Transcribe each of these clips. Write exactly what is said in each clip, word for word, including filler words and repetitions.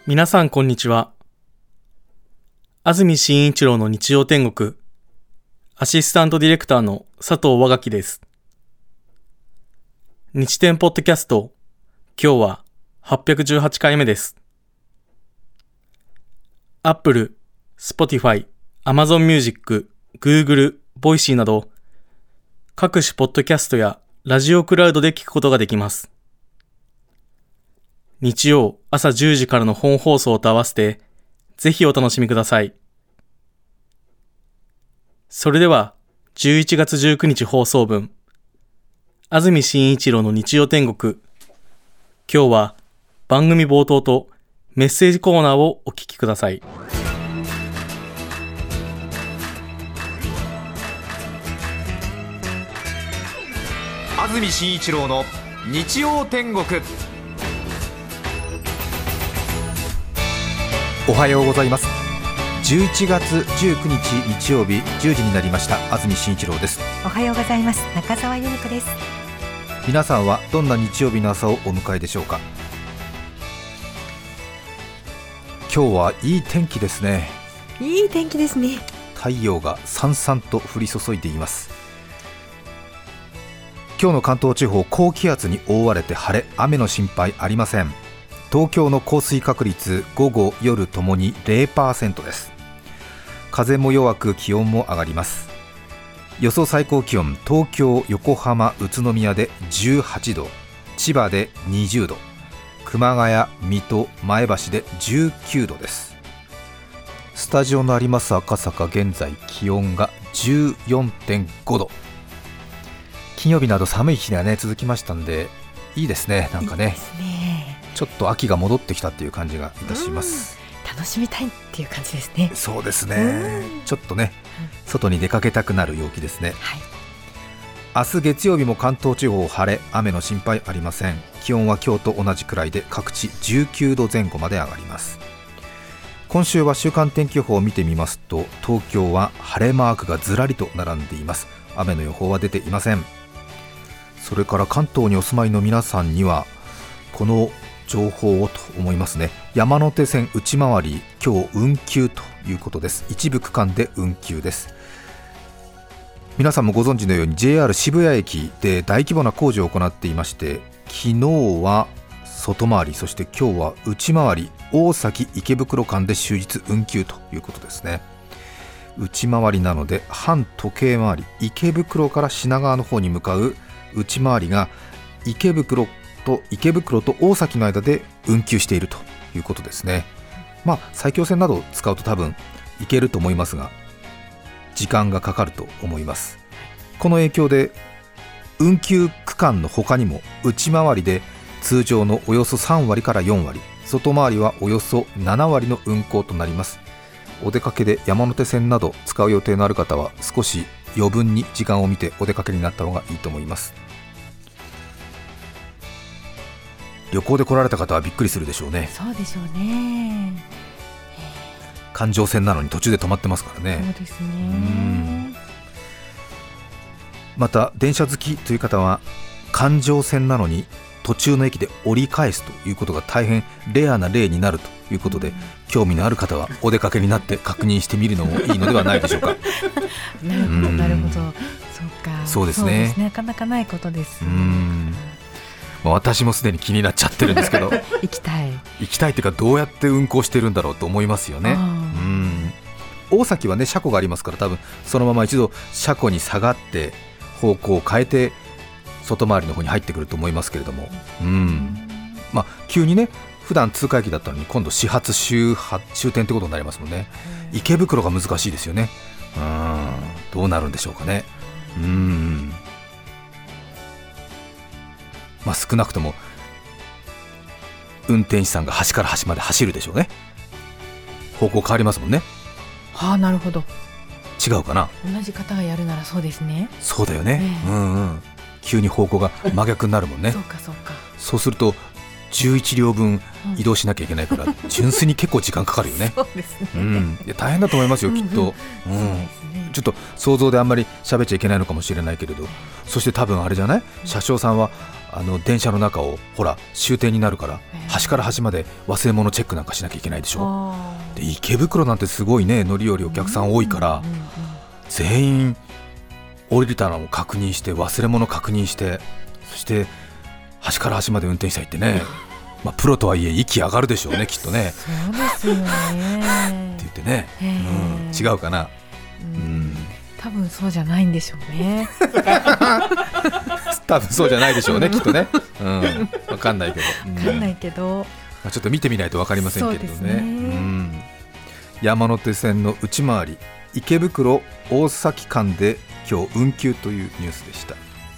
皆さんこんにちは。安住紳一郎の日曜天国、アシスタントディレクターの佐藤和垣です。日天ポッドキャスト、今日ははっぴゃくじゅうはちかいめです。Apple、Spotify、Amazon Music、Google、Voicy など各種ポッドキャストやラジオクラウドで聞くことができます。日曜朝じゅうじからの本放送と合わせてぜひお楽しみください。それではじゅういちがつじゅうくにち放送分、安住紳一郎の日曜天国、今日は番組冒頭とメッセージコーナーをお聞きください。 安住紳一郎の日曜天国。おはようございます。じゅういちがつじゅうくにち日曜日じゅうじになりました。安住紳一郎です。 おはようございます。中澤由美子です。 皆さんはどんな日曜日の朝をお迎えでしょうか。今日はいい天気ですね。 いい天気ですね。 太陽がさんさんと降り注いでいます。今日の関東地方、高気圧に覆われて晴れ、雨の心配ありません。東京の降水確率、午後夜ともに ゼロパーセント です。風も弱く気温も上がります。予想最高気温、東京、横浜、宇都宮でじゅうはちど、千葉でにじゅうど、熊谷、水戸、前橋でじゅうきゅうどです。スタジオのあります赤坂、現在気温が じゅうよんてんごど。金曜日など寒い日が、ね、続きましたんでいいですね。なんかね、いいですね。ちょっと秋が戻ってきたっていう感じがいたします。 楽しみたいっていう感じですね。 そうですね。ちょっとね、外に出かけたくなる陽気ですね。はい、明日月曜日も関東地方晴れ、雨の心配ありません。気温は今日と同じくらいで各地じゅうきゅうどぜん後まで上がります。今週は週間天気予報を見てみますと、東京は晴れマークがずらりと並んでいます。雨の予報は出ていません。それから関東にお住まいの皆さんにはこの情報をと思いますね。山手線内回り、今日運休ということです。一部区間で運休です。皆さんもご存知のように ジェイアール 渋谷駅で大規模な工事を行っていまして、昨日は外回り、そして今日は内回り、大崎池袋間で終日運休ということですね。内回りなので反時計回り、池袋から品川の方に向かう内回りが池袋と池袋と大崎の間で運休しているということですね。まあ埼京線などを使うと多分行けると思いますが、時間がかかると思います。この影響で運休区間の他にも内回りで通常のおよそさんわりからよんわり、外回りはおよそななわりの運行となります。お出かけで山手線など使う予定のある方は少し余分に時間を見てお出かけになった方がいいと思います。旅行で来られた方はびっくりするでしょうね。 そうでしょうね。 環状線なのに途中で止まってますからね。 そうですね。うん、また電車好きという方は環状線なのに途中の駅で折り返すということが大変レアな例になるということで、うん、興味のある方はお出かけになって確認してみるのもいいのではないでしょうか。 なるほど、なるほど。そうか。 そうですね。 そうですね。なかなかないことです。 うん、私もすでに気になっちゃってるんですけど行きたい行きたいというか、どうやって運行してるんだろうと思いますよね。うん、大崎はね車庫がありますから、多分そのまま一度車庫に下がって方向を変えて外回りの方に入ってくると思いますけれども、うん、まあ急にね、普段通過駅だったのに今度始発終発終点ってことになりますもんね。池袋が難しいですよね。うん、どうなるんでしょうかね。うん、まあ、少なくとも運転手さんが端から端まで走るでしょうね。方向変わりますもんね。 はあ、なるほど。 違うかな。 同じ方がやるならそうですね。 そうだよね、えーうんうん、急に方向が真逆になるもんね。 そうかそうか。 そうするとじゅういちりょうぶん移動しなきゃいけないから、うん、純粋に結構時間かかるよね。 そうですね、 うん、いや大変だと思いますよ、きっと、うんうん、ね、ちょっと想像であんまり喋っちゃいけないのかもしれないけれど、そして多分あれじゃない、車掌さんはあの電車の中をほら終点になるから端から端まで忘れ物チェックなんかしなきゃいけないでしょ。で池袋なんてすごいね、乗り降りお客さん多いから、うんうんうんうん、全員降りたのを確認して忘れ物確認して、そして端から端まで運転したいってね、まあ、プロとはいえ息上がるでしょうねきっとね。 そうですよねって言ってね、うん、違うかな、うんうん、 多分そうじゃないんでしょうね多分そうじゃないでしょうねきっとね、うん、分かんないけど、 うん、分かんないけど、 まあ、ちょっと見てみないと分かりませんけれど ね, ね、うん、山手線の内回り池袋大崎間で今日運休というニュースでした。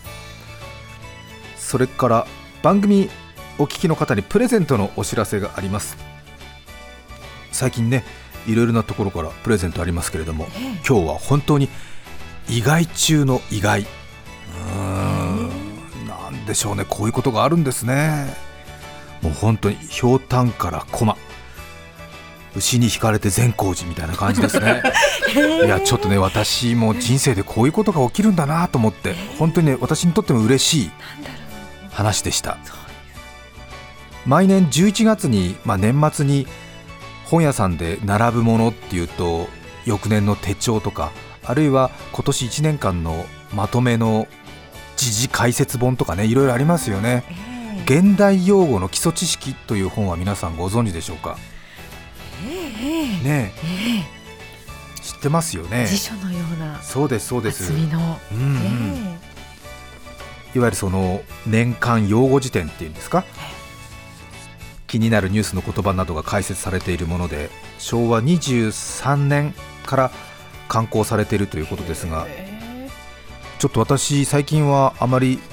それから番組お聞きの方にプレゼントのお知らせがあります。最近ねいろいろなところからプレゼントありますけれども、今日は本当に意外中の意外、うーん、なんでしょうね、こういうことがあるんですね。もう本当にひょうたんから駒、牛に引かれて善光寺みたいな感じですねいやちょっとね、私も人生でこういうことが起きるんだなと思って、本当にね私にとっても嬉しい話でした。毎年じゅういちがつに、まあ、年末に本屋さんで並ぶものっていうと、翌年の手帳とか、あるいは今年いちねんかんのまとめの時事解説本とかね、いろいろありますよね、えー、現代用語の基礎知識という本は皆さんご存知でしょうか、えー、ねえ、えー、知ってますよね。 辞書のような、 そうですそうです、 厚みの、うんうん、 えー、いわゆるその年間用語辞典っていうんですか、気になるニュースの言葉などが解説されているもので、しょうわにじゅうさんねんから刊行されているということですが、ちょっと私最近はあまり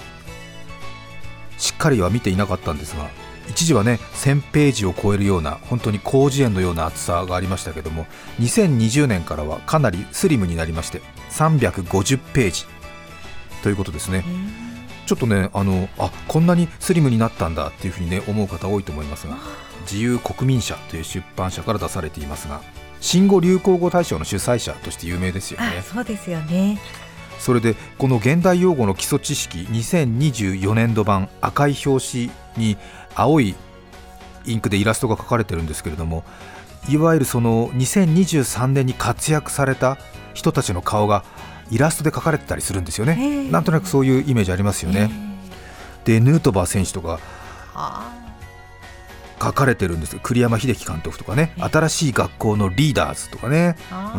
しっかりは見ていなかったんですが、一時はねせんページを超えるような本当に広辞苑のような厚さがありましたけども、にせんにじゅうねんからはかなりスリムになりましてさんびゃくごじゅっページということですね。ちょっとね、あのあこんなにスリムになったんだっていうふうにね思う方多いと思いますが、自由国民社という出版社から出されていますが、新語・流行語大賞の主催者として有名ですよね。 あ、そうですよね。 それでこの現代用語の基礎知識にせんにじゅうよねんど版、赤い表紙に青いインクでイラストが描かれてるんですけれども、いわゆるそのにせんにじゅうさんねんに活躍された人たちの顔がイラストで描かれてたりするんですよね。なんとなくそういうイメージありますよね。でヌートバー選手とか書かれてるんですよ。栗山英樹監督とかね、新しい学校のリーダーズとかね、うん、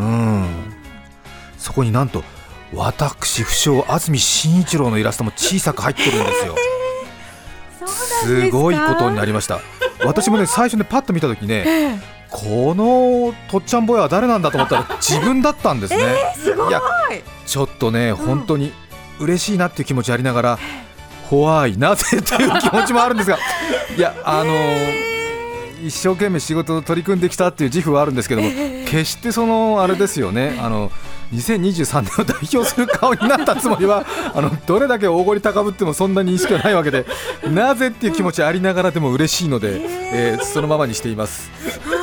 そこになんと私不詳安住紳一郎のイラストも小さく入ってるんですよ。すごいことになりました。私もね最初ねパッと見た時ね、このとっちゃん坊やは誰なんだと思ったら自分だったんですね。 えー、すごい。 いやちょっとね、うん、本当に嬉しいなっていう気持ちありながら、怖いなぜという気持ちもあるんですがいやあのーえー、一生懸命仕事を取り組んできたっていう自負はあるんですけども、えー、決してそのあれですよね、あのにせんにじゅうさんねんを代表する顔になったつもりはあのどれだけ大ごり高ぶってもそんなに意識はないわけで、なぜっていう気持ちありながらでも嬉しいので、えー、そのままにしています。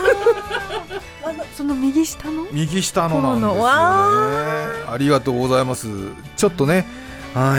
その右下の右下のなんですよね。ありがとうございます。ちょっとね、はい、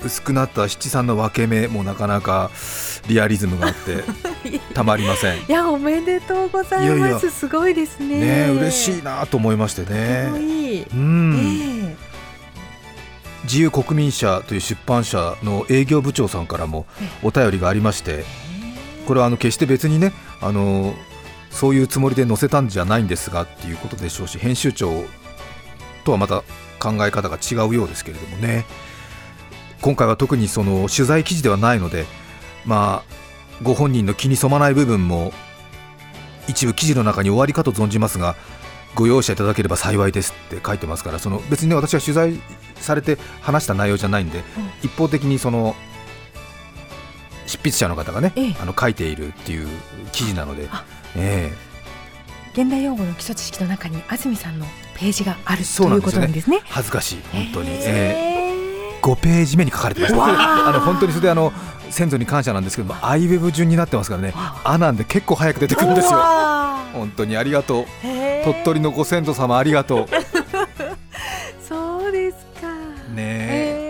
薄くなった七三の分け目もなかなかリアリズムがあってたまりません。 いやおめでとうございます。いやいやすごいですね。 ね、嬉しいなと思いましてね。 かっこいい、 うん、えー、自由国民社という出版社の営業部長さんからもお便りがありまして、これはあの決して別にね、あのそういうつもりで載せたんじゃないんですがっていうことでしょうし、編集長とはまた考え方が違うようですけれどもね、今回は特にその取材記事ではないので、まあご本人の気に染まない部分も一部記事の中に終わりかと存じますが、ご容赦いただければ幸いですって書いてますから、その別に、ね、私は取材されて話した内容じゃないんで、うん、一方的にその執筆者の方がね、ええ、あの書いているっていう記事なので、ええ、現代用語の基礎知識の中に安住さんのページがあるということなんですね。 恥ずかしい本当に、えー、ごページ目に書かれてました。あの本当にそれであの先祖に感謝なんですけども、アイウェブ順になってますからね、あなんで結構早く出てくるんですよ。本当にありがとう。鳥取のご先祖様ありがとう。 そうですかねえ、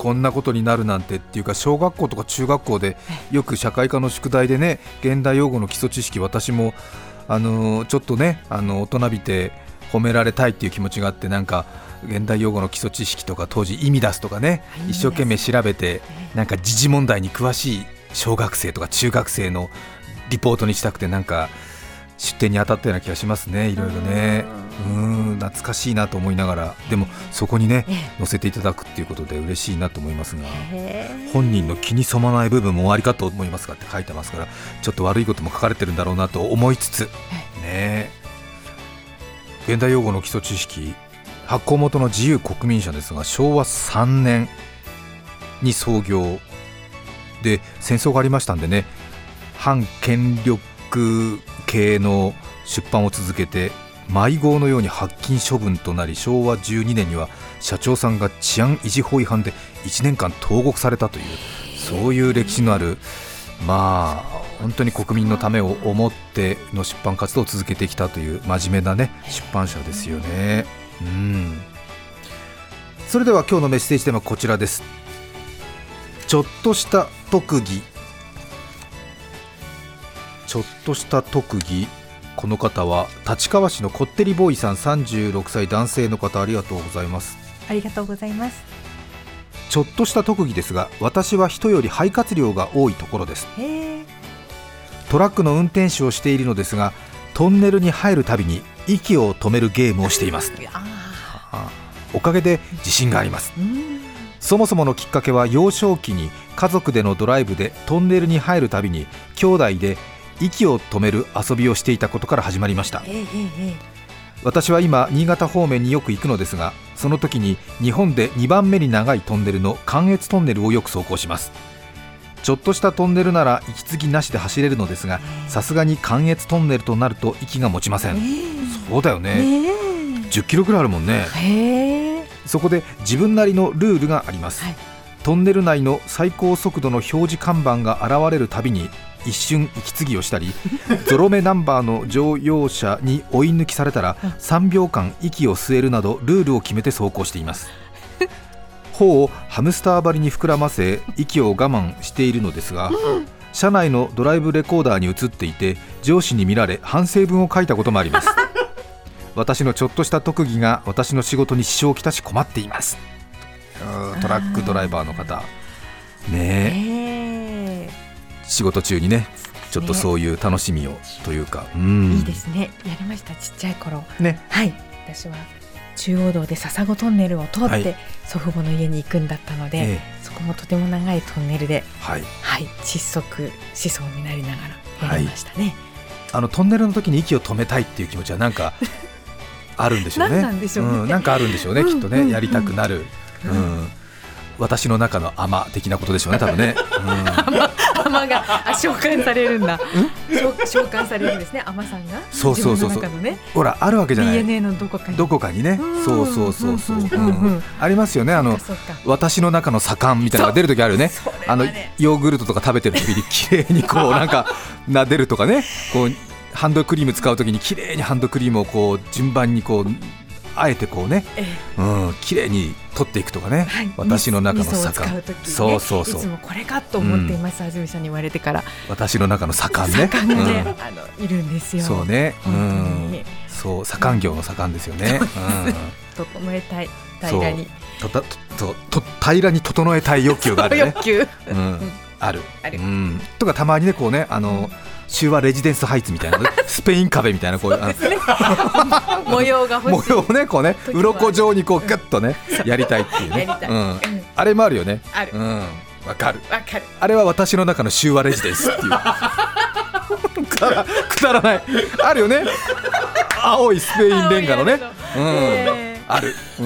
こんなことになるなんてっていうか、小学校とか中学校でよく社会科の宿題でね、現代用語の基礎知識、私もあのちょっとね、あの大人びて褒められたいっていう気持ちがあって、なんか現代用語の基礎知識とか当時意味出すとかね、一生懸命調べて、なんか時事問題に詳しい小学生とか中学生のリポートにしたくて、なんか出展に当たったような気がしますね。いろいろね、うーん、懐かしいなと思いながら、でもそこにね載せていただくっていうことで嬉しいなと思いますが、本人の気に染まない部分もおありかと思いますかって書いてますから、ちょっと悪いことも書かれてるんだろうなと思いつつね。現代用語の基礎知識、発行元の自由国民社ですが、しょうわさんねんに創業で、戦争がありましたんでね、反権力系の出版を続けて、迷子のように発禁処分となり、しょうわじゅうにねんには社長さんが治安維持法違反でいちねんかん投獄されたという、そういう歴史のある、まあ本当に国民のためを思っての出版活動を続けてきたという真面目なね出版社ですよね。うん。それでは今日のメッセージテーマはこちらです。ちょっとした特技。ちょっとした特技。この方は立川市のこってりボーイさん、さんじゅうろくさい男性の方、ありがとうございます。 ありがとうございます。 ちょっとした特技ですが、私は人より肺活量が多いところです。 へー。 トラックの運転手をしているのですが、トンネルに入るたびに息を止めるゲームをしています。あ、おかげで自信があります。うん。そもそものきっかけは、幼少期に家族でのドライブでトンネルに入るたびに兄弟で息を止める遊びをしていたことから始まりました。 えーえー、 私は今新潟方面によく行くのですが、その時に日本でにばんめに長いトンネルの関越トンネルをよく走行します。ちょっとしたトンネルなら息継ぎなしで走れるのですが、さすがに関越トンネルとなると息が持ちません。えー、そうだよね、えー、じゅっキロくらいあるもんね。 へー。そこで自分なりのルールがあります。はい、トンネル内の最高速度の表示看板が現れるたびに一瞬息継ぎをしたり、ゾロ目ナンバーの乗用車に追い抜きされたらさんびょうかん息を吸えるなど、ルールを決めて走行しています。頬をハムスター張りに膨らませ息を我慢しているのですが、車内のドライブレコーダーに映っていて、上司に見られ反省文を書いたこともあります。私のちょっとした特技が私の仕事に支障をきたし困っています。トラックドライバーの方ねえ、仕事中にね、ちょっとそういう楽しみをというか、うん、 いいですね。やりました、ちっちゃい頃ね。 はい、私は中央道で笹子トンネルを通って祖父母の家に行くんだったので、はい、そこもとても長いトンネルで、はいはい、窒息しそうになりながらやりましたね。はい、あのトンネルの時に息を止めたいっていう気持ちはなんかあるんでしょうね。 なんなんでしょうね、 うん、なんかあるんでしょうね、きっとね、やりたくなる、うんうん、私の中の甘的なことでしょうね、多分ね。 うん、甘が召喚されるんだ。召喚されるんですね、甘さんが。 そうそうそうそう、ね、ほらあるわけじゃない。 ディーエヌエー のどこかにどこかにね。そうそうそうそう、うん、ありますよね。あの私の中の左官みたいなのが出るときあるよね。あのヨーグルトとか食べてる時に綺麗にこうなんか撫でるとかね、こうハンドクリーム使うときに綺麗にハンドクリームをこう順番にこうあえてこうね、ええ、うん、綺麗に取っていくとかね、はい、私の中の左官、ね、そうそうそう、 いつもこれかと思っています、うん、安住さんに言われてから。 私の中の左官ね、 左官がね、うん、あのいるんですよ。 そうね、うん、そう、左官業の左官ですよね。うん、 整えたい、平らにとととと平らに整えたい欲求があるね。 欲求、 うん、ある、ある、うん、とかたまにね、こうね、あの、うん、修和レジデンスハイツみたいなスペイン壁みたいなこう、ね、 模様が欲しい、 模様をねこうね鱗状にこうガッとねやりたいっていうね、うん、あれもあるよね。 ある、 うん、わかるわかる。 あれは私の中の修和レジデンスっていうくだら、くだらないあるよね。青いスペインレンガのね、うん、えー、ある、うん、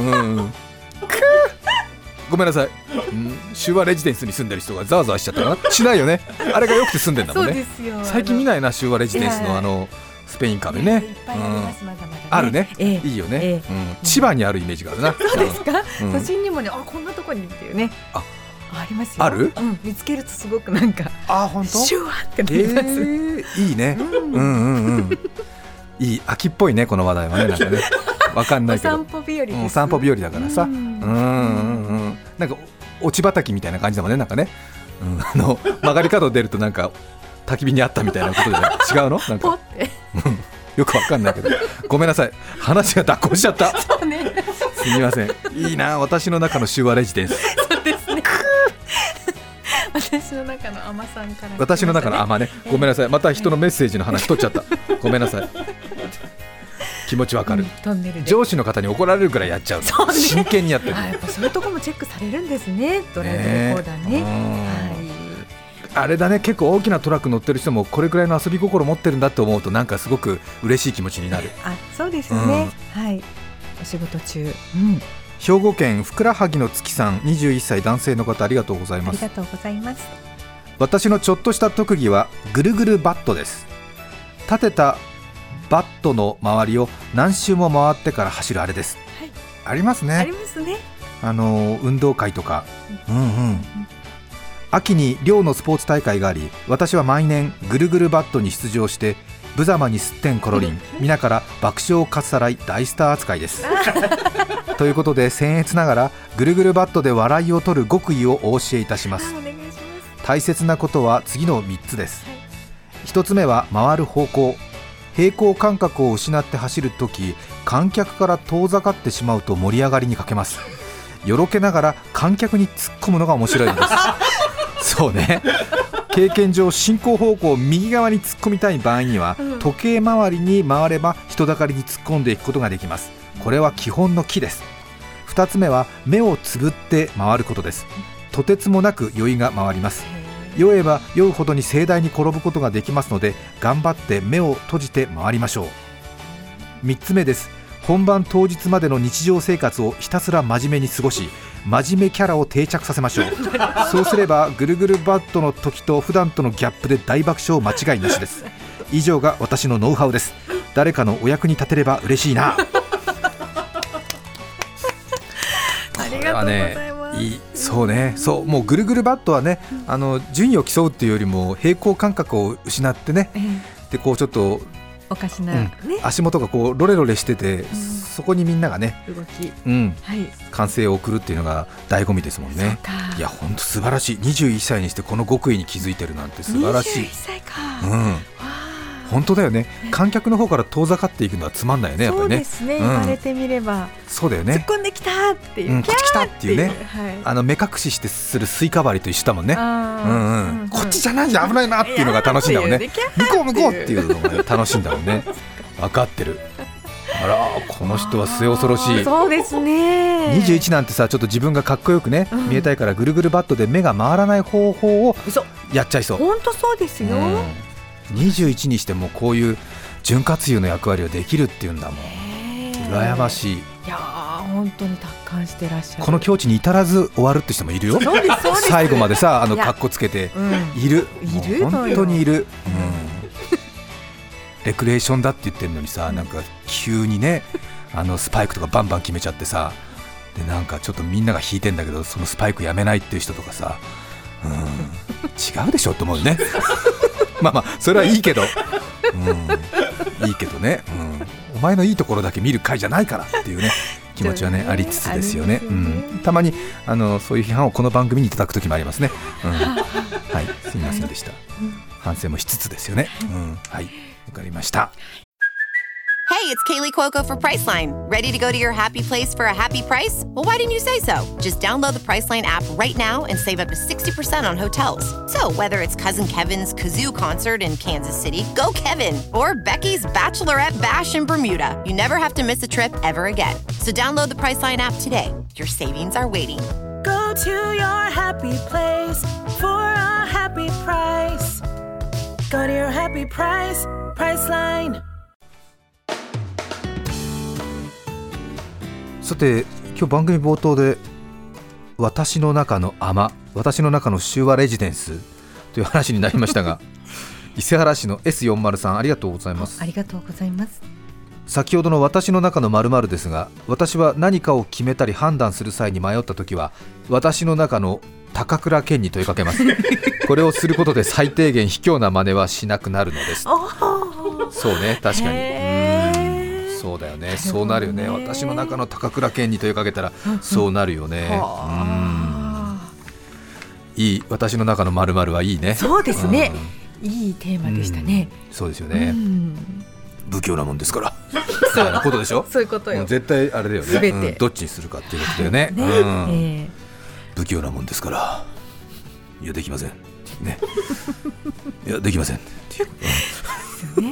ごめんなさい、うん、修和レジデンスに住んでる人がザワザワしちゃったかな。しないよね、あれがよくて住んでんだもんね。 そうですよ、 最近見ないな、修和レジデンスのあのスペイン壁ね。 いっぱいあります、まだまだね。 あるね、 えー、 いいよね、 えーうん、千葉にあるイメージがあるな。 そうですか、 うん、 都心にもね、あ、こんなとこにっていうね、あ、ありますよ。 ある、 うん、見つけるとすごくなんか、 あ、本当シュワってなります、えー、いいね、うん、うんうんうんいい、秋っぽいね、この話題はね、なんかねわかんないけど、 お散歩日和です。 お散歩日和だからさ、うんうんうん、なんか落ち畑みたいな感じだもんね、なんかね、うん、あの曲がり角出るとなんか焚き火にあったみたいなことで、ね、違うのなんかよくわかんないけど、ごめんなさい、話が蛇行しちゃった。 そうね、 すみません。いいな、私の中のシュワレジデンス。 そうですね私の中の甘さんから、ね、 私の中の甘ね、ごめんなさい、また人のメッセージの話取っちゃった、ごめんなさい。気持ちわかる、うん、 トンネルで上司の方に怒られるくらいやっちゃう、 そう、ね、 真剣にやってる。 あ、やっぱそういうとこもチェックされるんですね、ドライブレコーダーね、はい、 あれだね、結構大きなトラック乗ってる人もこれくらいの遊び心持ってるんだと思うと、なんかすごく嬉しい気持ちになる。 あ、そうですね、うん、はい、お仕事中、うん、 兵庫県ふくらはぎの月さん、にじゅういっさい男性の方、ありがとうございます。 ありがとうございます。 私のちょっとした特技はぐるぐるバットです。立てたバットの周りを何周も回ってから走るあれです、はい、ありますね、 ありますね、 あの運動会とか、うんうんうん、秋に寮のスポーツ大会があり、私は毎年ぐるぐるバットに出場して無様にすってんころりん、皆から爆笑をかっさらい大スター扱いですということで、僭越ながらぐるぐるバットで笑いを取る極意をお教えいたします。 お願いします。 大切なことは次のみっつです、はい、ひとつめは回る方向、平行感覚を失って走るとき、観客から遠ざかってしまうと盛り上がりに欠けます。よろけながら観客に突っ込むのが面白いのですそうね、経験上進行方向を右側に突っ込みたい場合には、うん、時計回りに回れば人だかりに突っ込んでいくことができます。これは基本の木です。ふたつめは目をつぶって回ることです。とてつもなく酔いが回ります。酔えば酔うほどに盛大に転ぶことができますので、頑張って目を閉じて回りましょう。みっつめです。本番当日までの日常生活をひたすら真面目に過ごし、真面目キャラを定着させましょうそうすればぐるぐるバットの時と普段とのギャップで大爆笑間違いなしです。以上が私のノウハウです。誰かのお役に立てれば嬉しいな。 ありがとうございます。 いい、そうね、そう、もうぐるぐるバットはね、あの順位を競うっていうよりも平行感覚を失ってね、でこうちょっとおかしな、ね、 うん、足元がこうロレロレしてて、うん、そこにみんながね動き、 うん、 はい、 歓声を送るっていうのが醍醐味ですもんね。いや本当素晴らしい。にじゅういっさいにしてこの極意に気づいてるなんて素晴らしい。 にじゅういっさいか、 うん、本当だよね。観客の方から遠ざかっていくのはつまんないよね、やっぱりね。 そうですね、うん、言われてみればそうだよね。 突っ込んできたっていう、うん、 こっち来たっていうね、 はい、 あの目隠ししてするスイカ割りと一緒だもんね。うんうん、こっちじゃないんだ、危ないなっていうのが楽しいんだもんね。向こう向こうっていうのが、ね、楽しいんだもんね分かってる。あら、この人は末恐ろしい。 そうですね。 にじゅういちなんてさ、ちょっと自分がかっこよくね、うん、見えたいからぐるぐるバットで目が回らない方法をやっちゃいそう。 本当そうですよ、うん、 にじゅういちにしてもこういう潤滑油の役割をできるっていうんだもん。羨ましい。 いやー本当に達観してらっしゃる。 この境地に至らず終わるって人もいるよ。 そうですそうです。 最後までさ、あの格好つけている、 うん、いる本当にいる、うん、レクレーションだって言ってるのにさ、なんか急にね、あのスパイクとかバンバン決めちゃってさ、でなんかちょっとみんなが引いてんだけど、そのスパイクやめないっていう人とかさ、うん、違うでしょって思うねまあまあそれはいいけど、うん、いいけどね、うん、お前のいいところだけ見る回じゃないからっていうね気持ちはねありつつですよね。うん、たまにあのそういう批判をこの番組にいただくときもありますね。うん、はい、すみませんでした。反省もしつつですよね。うん、はい、わかりました。 Hey, it's Kaylee Cuoco for Priceline. Ready to go to your happy place for a happy price? Well, why didn't you say so? Just download the Priceline app right now and save up to sixty percent on hotels. So whether it's Cousin Kevin's Kazoo Concert in Kansas City, go Kevin, or Becky's Bachelorette Bash in Bermuda, you never have to miss a trip ever again. So download the Priceline app today. Your savings are waiting. Go to your happy place for a happy price. Go to your happy price, Priceline. さて今日番組冒頭で私の中の甘、私の中の修和レジデンスという話になりましたが伊勢原市の エスよんじゅう さん、ありがとうございます。 ありがとうございます。 先ほどの私の中の〇〇ですが、私は何かを決めたり判断する際に迷ったときは私の中の高倉健に問いかけますこれをすることで最低限卑怯な真似はしなくなるのですそうね、確かに、うん、そうだよね、そうなるよね。私の中の高倉健に問いかけたらそうなるよね。うん、 いい、私の中の〇〇はいいね。 そうですね、うん、いいテーマでしたね、 うん、そうですよね、うん、不器用なもんですからそういうことでしょ。 そういうことよ、 絶対あれだよね、 全て、 うん、どっちにするかっていうことだよね、 ね、 うん、 えー、 不器用なもんですからいやできませんねいやできませんっていう、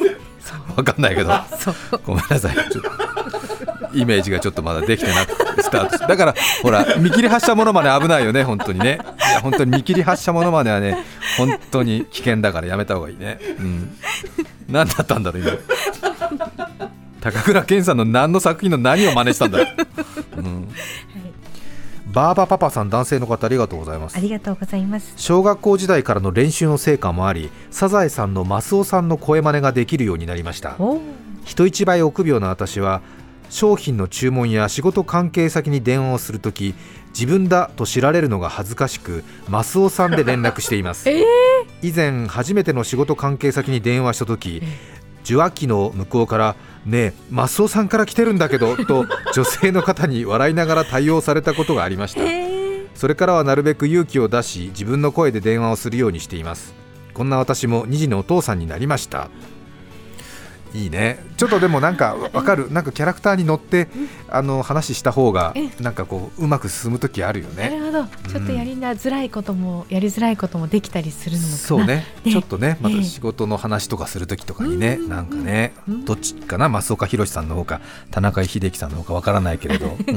ね、分かんないけどごめんなさい、ちょっとイメージがちょっとまだできてなくてスタートだからほら見切り発車ものまね危ないよね本当にね。いや本当に見切り発車ものまねはね本当に危険だからやめた方がいいね、うん、何だったんだろう今高倉健さんの何の作品の何を真似したんだろう、うん、バーバパパさん、男性の方ありがとうございます。 ありがとうございます。 小学校時代からの練習の成果もあり、サザエさんのマスオさんの声真似ができるようになりました。人一倍臆病な私は商品の注文や仕事関係先に電話をするとき、自分だと知られるのが恥ずかしくマスオさんで連絡しています、えー、以前初めての仕事関係先に電話したとき、受話器の向こうからねえマスオさんから来てるんだけどと女性の方に笑いながら対応されたことがありました、えー、それからはなるべく勇気を出し自分の声で電話をするようにしています。こんな私もに児のお父さんになりました。いいね。ちょっとでもなんか分かる、なんかキャラクターに乗ってあの話した方がなんかこううまく進むときあるよね。 なるほど、ちょっとやりづらいことも、うん、やりづらいこともできたりするのかな。 そうね、ね、ちょっとねまた仕事の話とかするときとかにね、えー、なんかね、うん、どっちかな、増岡弘さんの方か田中秀樹さんの方か分からないけれど、うん、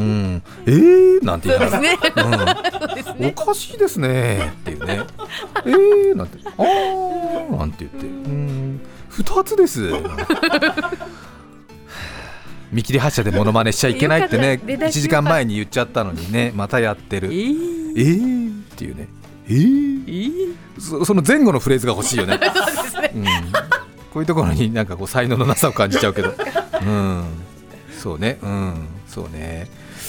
えーなんて言いながら、ねうん、おかしいですねっていうねえーなんてあーなんて言って、うんふたつです見切り発車でモノマネしちゃいけないってねいちじかんまえに言っちゃったのにね、またやってる、えー、えーっていうね、えーえー、そ, その前後のフレーズが欲しいよねそうですね、うん、こういうところになんかこう才能のなさを感じちゃうけど、うん、そうね、うん、そうね。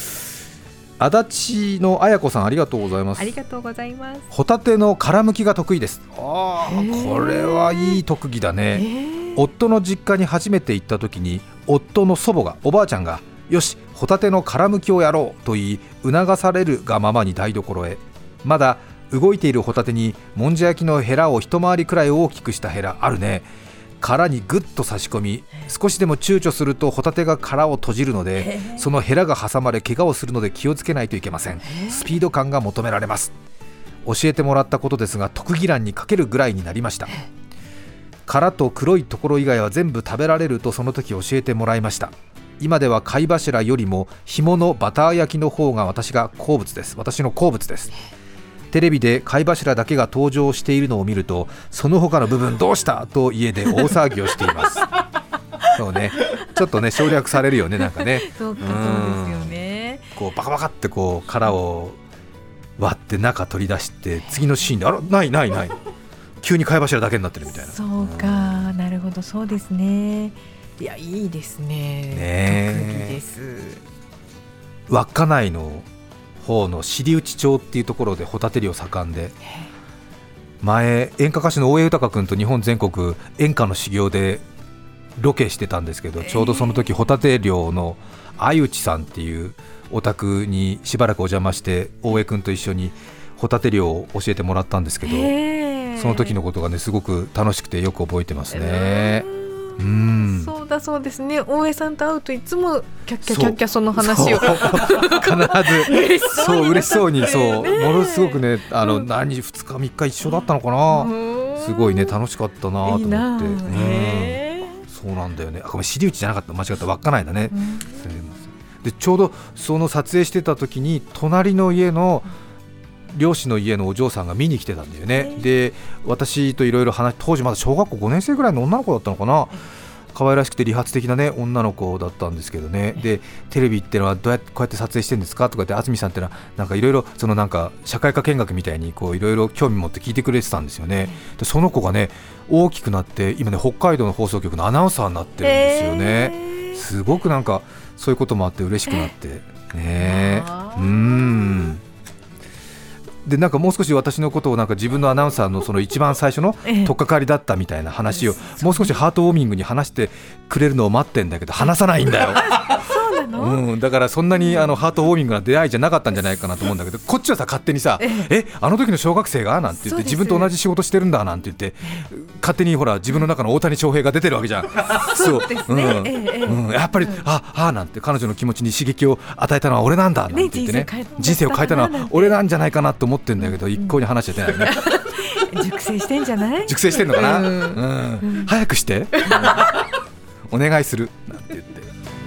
足立のあやこさん、ありがとうございます。 ありがとうございます。 ホタテの殻むきが得意です。あー、これはいい特技だね。夫の実家に初めて行った時に夫の祖母が、おばあちゃんがよしホタテの殻むきをやろうと言い促されるがままに台所へ。まだ動いているホタテにもんじゃ焼きのヘラを一回りくらい大きくしたヘラあるね。殻にぐっと差し込み、少しでも躊躇するとホタテが殻を閉じるので、そのヘラが挟まれ怪我をするので気をつけないといけません。スピード感が求められます。教えてもらったことですが特技欄に書けるぐらいになりました。殻と黒いところ以外は全部食べられるとその時教えてもらいました。今では貝柱よりも紐のバター焼きの方が私が好物です。私の好物です。テレビで貝柱だけが登場しているのを見るとその他の部分どうしたと家で大騒ぎをしていますそうね、ちょっとね省略されるよね、なんかねそうか、そうですよね。 こうバカバカってこう殻を割って中取り出して次のシーンであらないないない急に貝柱だけになってるみたいな。 そうか、うん、なるほど、そうですね。いや、いいですね。ね、特技です。 稚内の方の尻内町っていうところでホタテ漁盛んで、前演歌歌手の大江豊君と日本全国演歌の修行でロケしてたんですけど、ちょうどその時ホタテ漁の相内さんっていうお宅にしばらくお邪魔して大江君と一緒にホタテ漁を教えてもらったんですけど、その時のことがねすごく楽しくてよく覚えてますね。うん、 そうだそうですね。大江さんと会うといつもキャッキャキャッキャその話を必ずそう嬉しそうに、そうものすごくね、あの、うん、何ふつかみっか一緒だったのかな、すごいね楽しかったなと思って。いいな、うん、そうなんだよね。あ、ごめん、尻内じゃなかった、間違った、稚内だね、うん、でちょうどその撮影してた時に隣の家の漁師の家のお嬢さんが見に来てたんだよね。で私といろいろ話、当時まだ小学校ごねん生ぐらいの女の子だったのかな、可愛らしくて理髪的なね女の子だったんですけどね。でテレビってのはどうやってこうやって撮影してるんですかとかって、安住さんってのはなんかいろいろそのなんか社会科見学みたいにこういろいろ興味持って聞いてくれてたんですよね。でその子がね大きくなって今ね北海道の放送局のアナウンサーになってるんですよね。すごくなんかそういうこともあって嬉しくなってね。うーんでなんかもう少し私のことをなんか自分のアナウンサーのその一番最初の取っかかりだったみたいな話をもう少しハートウォーミングに話してくれるのを待ってんだけど話さないんだよ。 そうなの？ うん、だからそんなにあのハートウォーミングな出会いじゃなかったんじゃないかなと思うんだけど、こっちはさ勝手にさえあの時の小学生がなんて言って自分と同じ仕事してるんだなんて言って勝手にほら自分の中の大谷翔平が出てるわけじゃん。 そうですね、うんええうん、やっぱり、うん、ああなんて彼女の気持ちに刺激を与えたのは俺なんだなんて言ってね、ね人生を変えたのは俺なんじゃないかなと思ってんだけど、一向に話してないね。 熟成してんじゃない？ 熟成してんのかな、うんうん、早くしてお願いするなんて言って。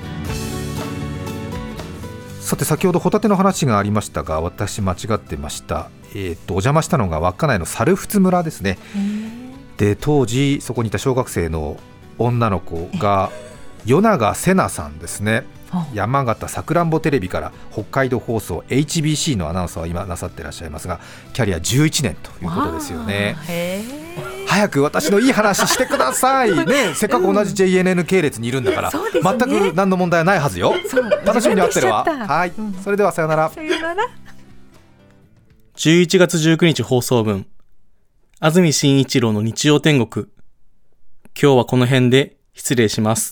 さて先ほどホタテの話がありましたが、私間違ってました。えー、とお邪魔したのが稚内の猿払村ですね。で当時そこにいた小学生の女の子が与永瀬奈さんですね。山形さくらんぼテレビから北海道放送 エイチビーシー のアナウンサーを今なさっていらっしゃいますが、キャリアじゅういちねんということですよね。早く私のいい話してください、ね、せっかく同じ ジェイエヌエヌ 系列にいるんだから、うんね、全く何の問題はないはずよ。楽しみに待ってるわ。はい、うん、それではさよなら。さよなら。 じゅういちがつじゅうくにち放送分、安住紳一郎の日曜天国。今日はこの辺で失礼します。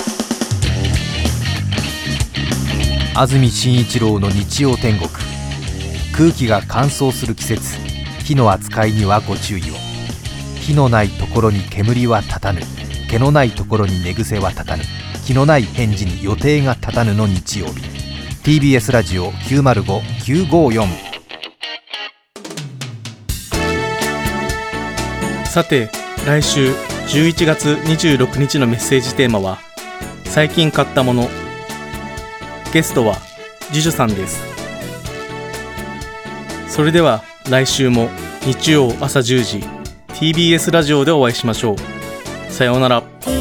安住紳一郎の日曜天国。空気が乾燥する季節、火の扱いにはご注意を。火のないところに煙は立たぬ、毛のないところに寝癖は立たぬ、気のない返事に予定が立たぬの日曜日。 ティービーエス ラジオ きゅうまるご きゅうごよん。 さて来週じゅういちがつにじゅうろくにちのメッセージテーマは最近買ったもの。ゲストはジュジュさんです。それでは来週も日曜朝じゅうじ ティービーエス ラジオでお会いしましょう。さようなら。